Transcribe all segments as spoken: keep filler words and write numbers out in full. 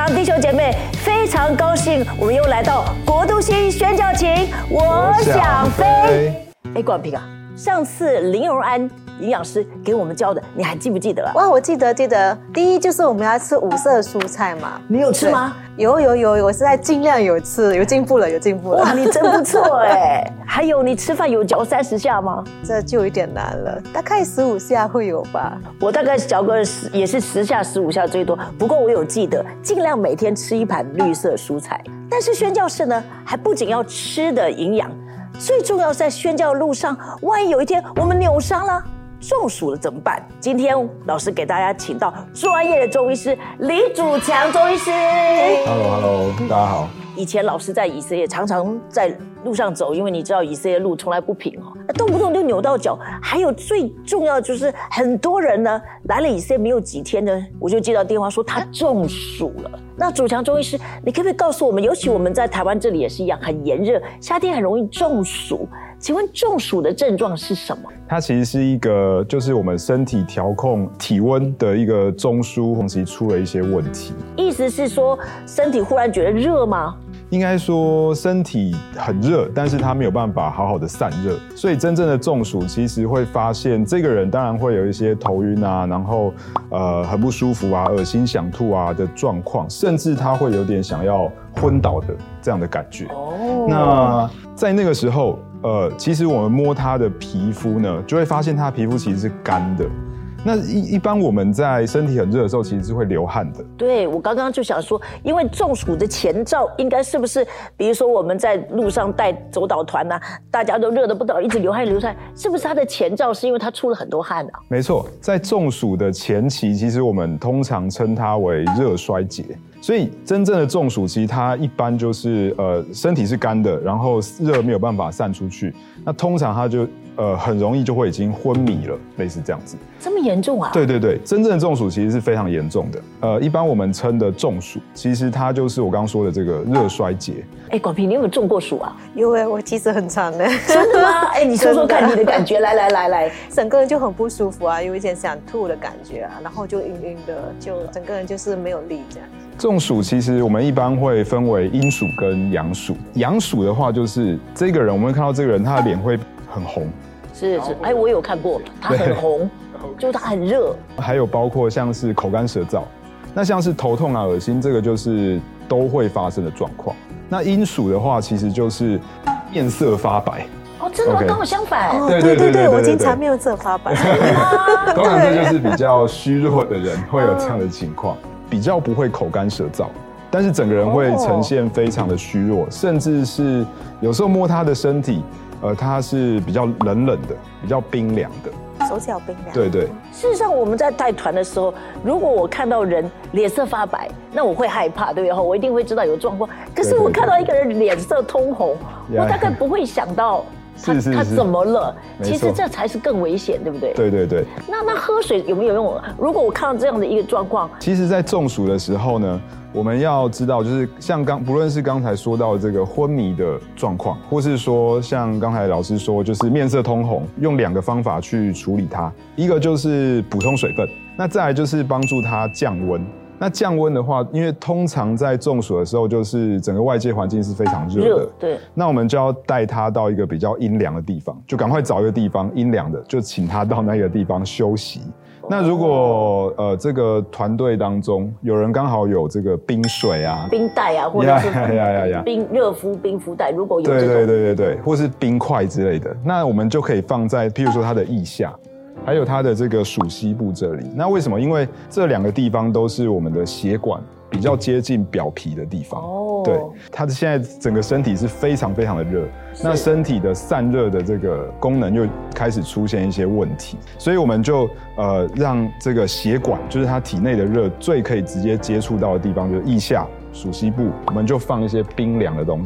弟兄姐妹，非常高兴，我们又来到国度新宣教情，我想飞。哎，冠平啊，上次林荣安营养师给我们教的，你还记不记得啊？ 哇，我记得记得。第一就是我们要吃五色蔬菜嘛。 你有吃吗？ 有有有，我现在尽量有吃，有进步了，有进步了。 哇，你真不错哎！还有，你吃饭有嚼三十下吗？ 这就有点难了，大概十五下会有吧。 我大概嚼个十，也是十下、十五下最多。不过我有记得，尽量每天吃一盘绿色蔬菜。但是宣教士呢，还不仅要吃的营养，最重要在宣教路上，万一有一天我们扭伤了、中暑了怎么办？今天老师给大家请到专业的中医师李祖强中医师。 Hello Hello， 大家好。 以前老师在以色列常常在路上走，因为你知道以色列路从来不平哦，动不动就扭到脚。还有最重要的就是很多人呢来了以色列没有几天呢，我就接到电话说他中暑了。那祖强中医师，你可不可以告诉我们，尤其我们在台湾这里也是一样，很炎热，夏天很容易中暑。请问中暑的症状是什么？ 它其实是一个，就是我们身体调控体温的一个中枢，其实出了一些问题。 意思是说，身体忽然觉得热吗？ 应该说身体很热，但是它没有办法好好的散热，所以真正的中暑其实会发现这个人当然会有一些头晕啊，然后呃很不舒服啊，恶心想吐啊的状况，甚至他会有点想要昏倒的这样的感觉。哦，那在那个时候，呃，其实我们摸他的皮肤呢，就会发现他的皮肤其实是干的。那一一般我们在身体很热的时候，其实是会流汗的。 对，我刚刚就想说，因为中暑的前兆应该是不是，比如说我们在路上带走导团啊，大家都热得不得了，一直流汗流汗，是不是他的前兆是因为他出了很多汗啊？ 没错，在中暑的前期，其实我们通常称它为热衰竭。所以真正的中暑，其实它一般就是呃身体是干的，然后热没有办法散出去，那通常它就呃很容易就会已经昏迷了，类似这样子。 这么严重啊？ 对对对，真正的中暑其实是非常严重的。呃，一般我们称的中暑，其实它就是我刚刚说的这个热衰竭。 哎，广平，你有没有中过暑啊？ 有哎，我其实很长的。 真的吗？哎，你说说看你的感觉，来来来来， 整个人就很不舒服啊，有一点想吐的感觉啊，然后就晕晕的，就整个人就是没有力这样。 中暑其实我们一般会分为阴暑跟阳暑。阳暑的话，就是这个人，我们会看到这个人他的脸会很红。 是是，哎，我有看过，他很红，就是他很热。 还有包括像是口干舌燥，那像是头痛啊、恶心，这个就是都会发生的状况。那阴暑的话，其实就是面色发白。 哦，真的吗？跟我相反。 哦，对对对，我经常面色发白。 通常这就是比较虚弱的人会有这样的情况。比较不会口干舌燥，但是整个人会呈现非常的虚弱，甚至是有时候摸他的身体，呃，他是比较冷冷的，比较冰凉的， 手脚冰凉。 对对。 事实上，我们在带团的时候，如果我看到人脸色发白，那我会害怕，对不对？我一定会知道有状况。可是我看到一个人脸色通红，我大概不会想到。他, 是是是他怎么了？其实这才是更危险，对不对？ 对对对。 那那喝水有没有用？如果我看到这样的一个状况， 其实，在中暑的时候呢，我们要知道，就是像刚不论是刚才说到的这个昏迷的状况，或是说像刚才老师说，就是面色通红，用两个方法去处理它。一个就是补充水分，那再来就是帮助它降温。那降温的话，因为通常在中暑的时候，就是整个外界环境是非常热的， 对。 那我们就要带他到一个比较阴凉的地方，就赶快找一个地方阴凉的，就请他到那个地方休息。哦、那如果呃这个团队当中有人刚好有这个冰水啊、 冰袋啊，或者是冰热敷冰敷袋，如果有这种， 对对对对对，或是冰块之类的，那我们就可以放在，譬如说他的腋下。还有它的这个属膝部这里，那为什么？因为这两个地方都是我们的血管比较接近表皮的地方。哦，对，它现在整个身体是非常非常的热，那身体的散热的这个功能又开始出现一些问题，所以我们就呃让这个血管，就是它体内的热最可以直接接触到的地方，就是腋下、属膝部，我们就放一些冰凉的东西，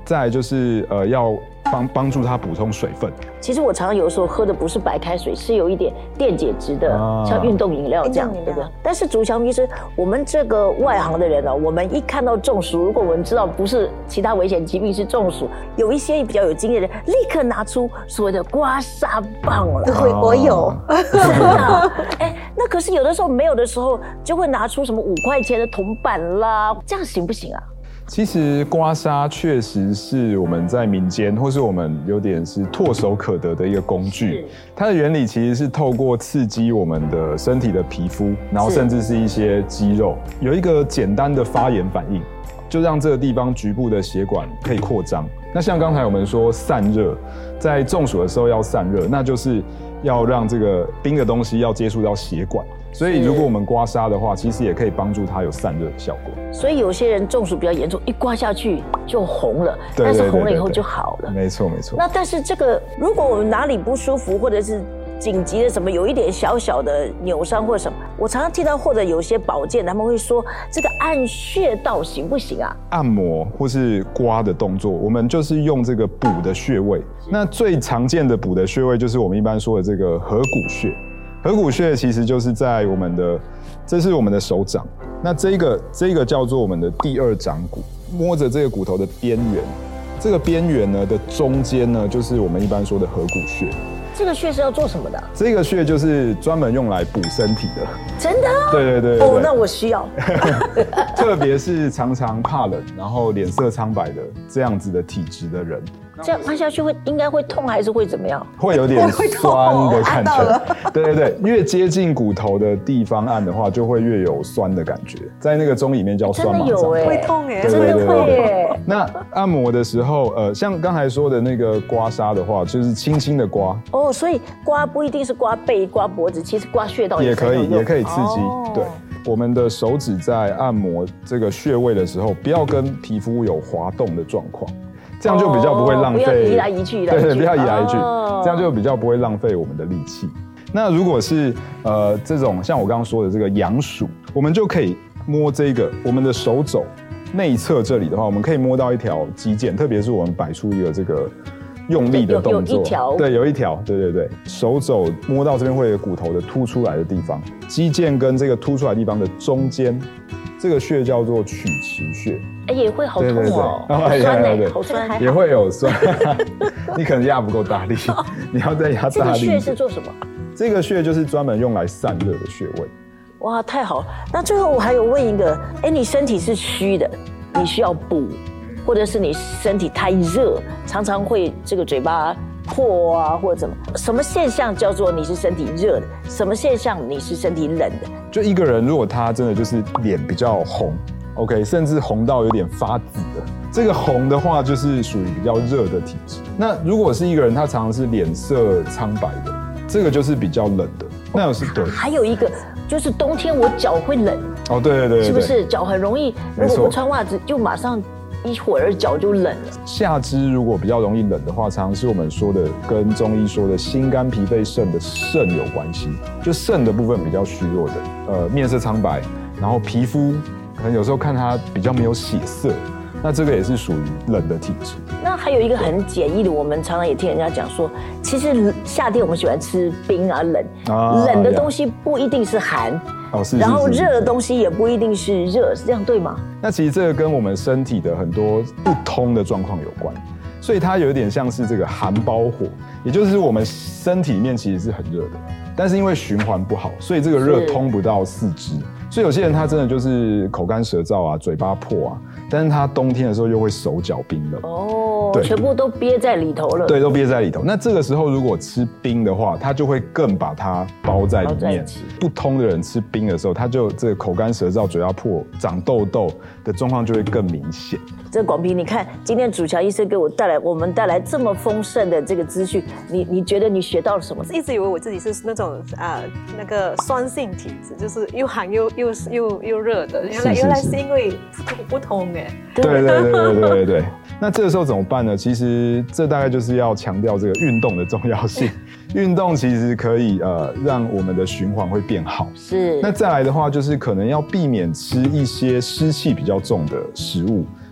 再来就是呃要帮帮助他补充水分。 其实我常常有时候喝的不是白开水，是有一点电解质的，啊、像运动饮料这样，对不对？但是祖强医师，我们这个外行的人呢、哦，我们一看到中暑，如果我们知道不是其他危险疾病是中暑，有一些比较有经验的人，立刻拿出所谓的刮痧棒了。 对，我有。 哎，那可是有的时候没有的时候，就会拿出什么五块钱的铜板啦，这样行不行啊？ 其实刮痧确实是我们在民间，或是我们有点是唾手可得的一个工具。它的原理其实是透过刺激我们的身体的皮肤，然后甚至是一些肌肉，有一个简单的发炎反应，就让这个地方局部的血管可以扩张。那像刚才我们说散热，在中暑的时候要散热，那就是要让这个冰的东西要接触到血管。所以，如果我们刮痧的话，其实也可以帮助它有散热的效果。 所以有些人中暑比较严重，一刮下去就红了，但是红了以后就好了。 没错，没错。 那但是这个，如果我们哪里不舒服，或者是紧急的什么，有一点小小的扭伤或者什么，我常常听到或者有些保健他们会说，这个按穴道行不行啊？ 按摩或是刮的动作，我们就是用这个补的穴位。那最常见的补的穴位就是我们一般说的这个合谷穴。合谷穴其实就是在我们的，这是我们的手掌，那这个这个叫做我们的第二掌骨，摸着这个骨头的边缘，这个边缘呢的中间呢，就是我们一般说的合谷穴。 这个穴是要做什么的？ 这个穴就是专门用来补身体的。 真的？ 对对对对。 哦，那我需要。 特别是常常怕冷，然后脸色苍白的这样子的体质的人。 这样按下去会应该会痛还是会怎么样？ 会有点酸的感觉。对对对，越接近骨头的地方按的话，就会越有酸的感觉。在那个中医里面叫酸麻胀。 会痛哎， 真的会耶。 那按摩的时候，呃，像刚才说的那个刮痧的话，就是轻轻的刮。 哦，所以刮不一定是刮背、刮脖子，其实刮穴道也可以，也可以刺激。哦、对，我们的手指在按摩这个穴位的时候，不要跟皮肤有滑动的状况。这样就比较不会浪费， 不要移来移去， 对对，不要移来移去，这样就比较不会浪费我们的力气。那如果是呃这种像我刚刚说的这个阳暑，我们就可以摸这个我们的手肘内侧这里的话，我们可以摸到一条肌腱，特别是我们摆出一个这个用力的动作， 有一条， 对，有一条，对对对，手肘摸到这边会有骨头的凸出来的地方，肌腱跟这个凸出来的地方的中间，这个穴叫做曲池穴。 哎，也会好痛哦，好酸哎，好酸， 也会有酸，你可能压不够大力，你要再压大力。这个穴是做什么？ 这个穴就是专门用来散热的穴位。 哇，太好了！那最后我还有问一个，哎，你身体是虚的，你需要补，或者是你身体太热，常常会这个嘴巴破啊，或者怎么？什么现象叫做你是身体热的？什么现象你是身体冷的？ 就一个人如果他真的就是脸比较红。OK， 甚至红到有点发紫的，这个红的话就是属于比较热的体质。那如果是一个人，他常常是脸色苍白的，这个就是比较冷的。那有是对。 还有一个就是冬天我脚会冷。 哦，对对 对, 对， 是不是脚很容易？如果不穿袜子，就马上一会儿脚就冷了。 下肢如果比较容易冷的话，常常是我们说的跟中医说的心肝脾肺肾的肾有关系，就肾的部分比较虚弱的，呃，面色苍白，然后皮肤。可能有时候看它比较没有血色，那这个也是属于冷的体质。 那还有一个很简易的，我们常常也听人家讲说，其实夏天我们喜欢吃冰啊冷，啊冷的东西不一定是寒， 哦是， 然后热的东西也不一定是热，是这样对吗？ 那其实这个跟我们身体的很多不通的状况有关，所以它有点像是这个寒包火，也就是我们身体里面其实是很热的，但是因为循环不好，所以这个热通不到四肢。所以有些人他真的就是口干舌燥啊，嘴巴破啊，但是他冬天的时候又会手脚冰冷哦，对，全部都憋在里头了。 对，都憋在里头。那这个时候如果吃冰的话，他就会更把它包在里面。不通的人吃冰的时候，他就这个口干舌燥、嘴巴破、长痘痘的状况就会更明显。 这广平，你看今天祖乔医生给我带来，我们带来这么丰盛的这个资讯，你你觉得你学到了什么？ 一直以为我自己是那种啊、呃、那个酸性体质，就是又寒又又又又热的。原来原来是因为不通哎。 对对对对对对对。那这个时候怎么办呢？其实这大概就是要强调这个运动的重要性。运动其实可以呃让我们的循环会变好。 是。 那再来的话，就是可能要避免吃一些湿气比较重的食物。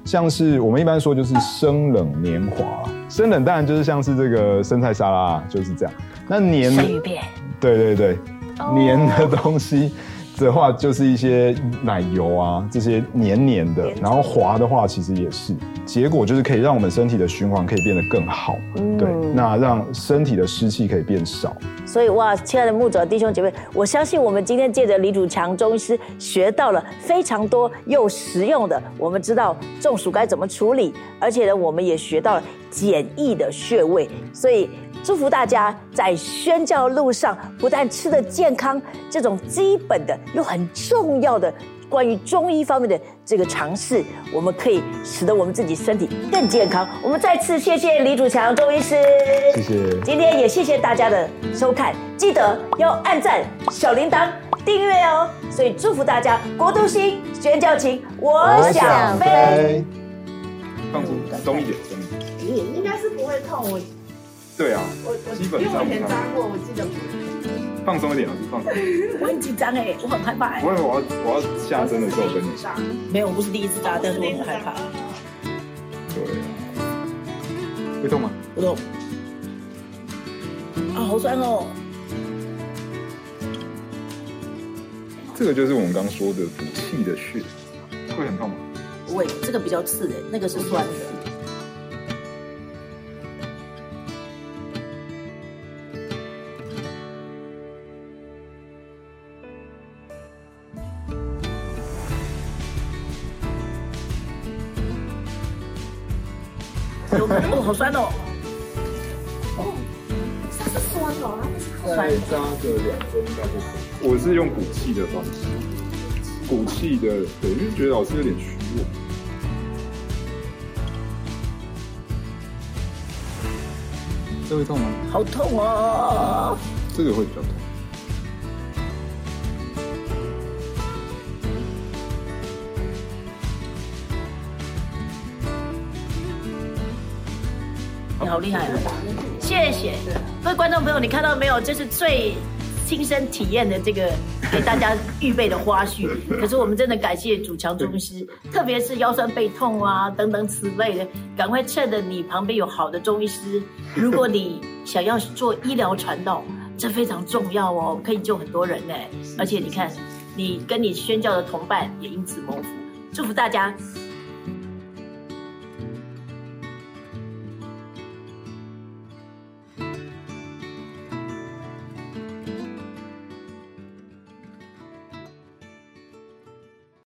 像是我们一般说就是生冷黏滑，生冷当然就是像是这个生菜沙拉就是这样，那黏生鱼片， 对对对，黏的东西的话就是一些奶油啊这些黏黏的，然后滑的话其实也是，结果就是可以让我们身体的循环可以变得更好，嗯、对，那让身体的湿气可以变少。 所以哇，亲爱的牧者弟兄姐妹，我相信我们今天借着李祖强中医师学到了非常多又实用的，我们知道中暑该怎么处理，而且呢，我们也学到了简易的穴位，所以祝福大家在宣教路上，不但吃得健康，这种基本的又很重要的关于中医方面的这个尝试，我们可以使得我们自己身体更健康。我们再次谢谢李祖强中医师， 谢谢。 今天也谢谢大家的收看，记得要按赞、小铃铛、订阅哦。所以祝福大家国度兴，宣教情，我想飞。 放松，松一点，松一点。 应该是不会痛，我。 对啊， 我我基本上因为我以前扎过，我记得不会。 放松一点，老师放松。 我很紧张哎，我很害怕哎。 不会，我要我要下针的时候跟你说。 没有，我不是第一次扎，但是我很害怕。 对啊。会痛吗？ 不痛。啊，好酸哦。 这个就是我们刚刚说的补气的穴，会很痛吗？ 不会，这个比较刺哎，那个是酸的。哦，好酸哦！ 哦，它是酸哦，它不是再扎个两分应该就可以。我是用鼓气的方式，鼓气的，对，因为觉得老师有点虚弱。这会痛吗？ 好痛哦！ 这个会比较痛。 你好厉害啊！谢谢各位观众朋友，你看到没有？这是最亲身体验的这个给大家预备的花絮。可是我们真的感谢祖强中医师，特别是腰酸背痛啊等等此类的，赶快趁着你旁边有好的中医师，如果你想要做医疗传道，这非常重要哦，可以救很多人呢。而且你看，你跟你宣教的同伴也因此蒙福，祝福大家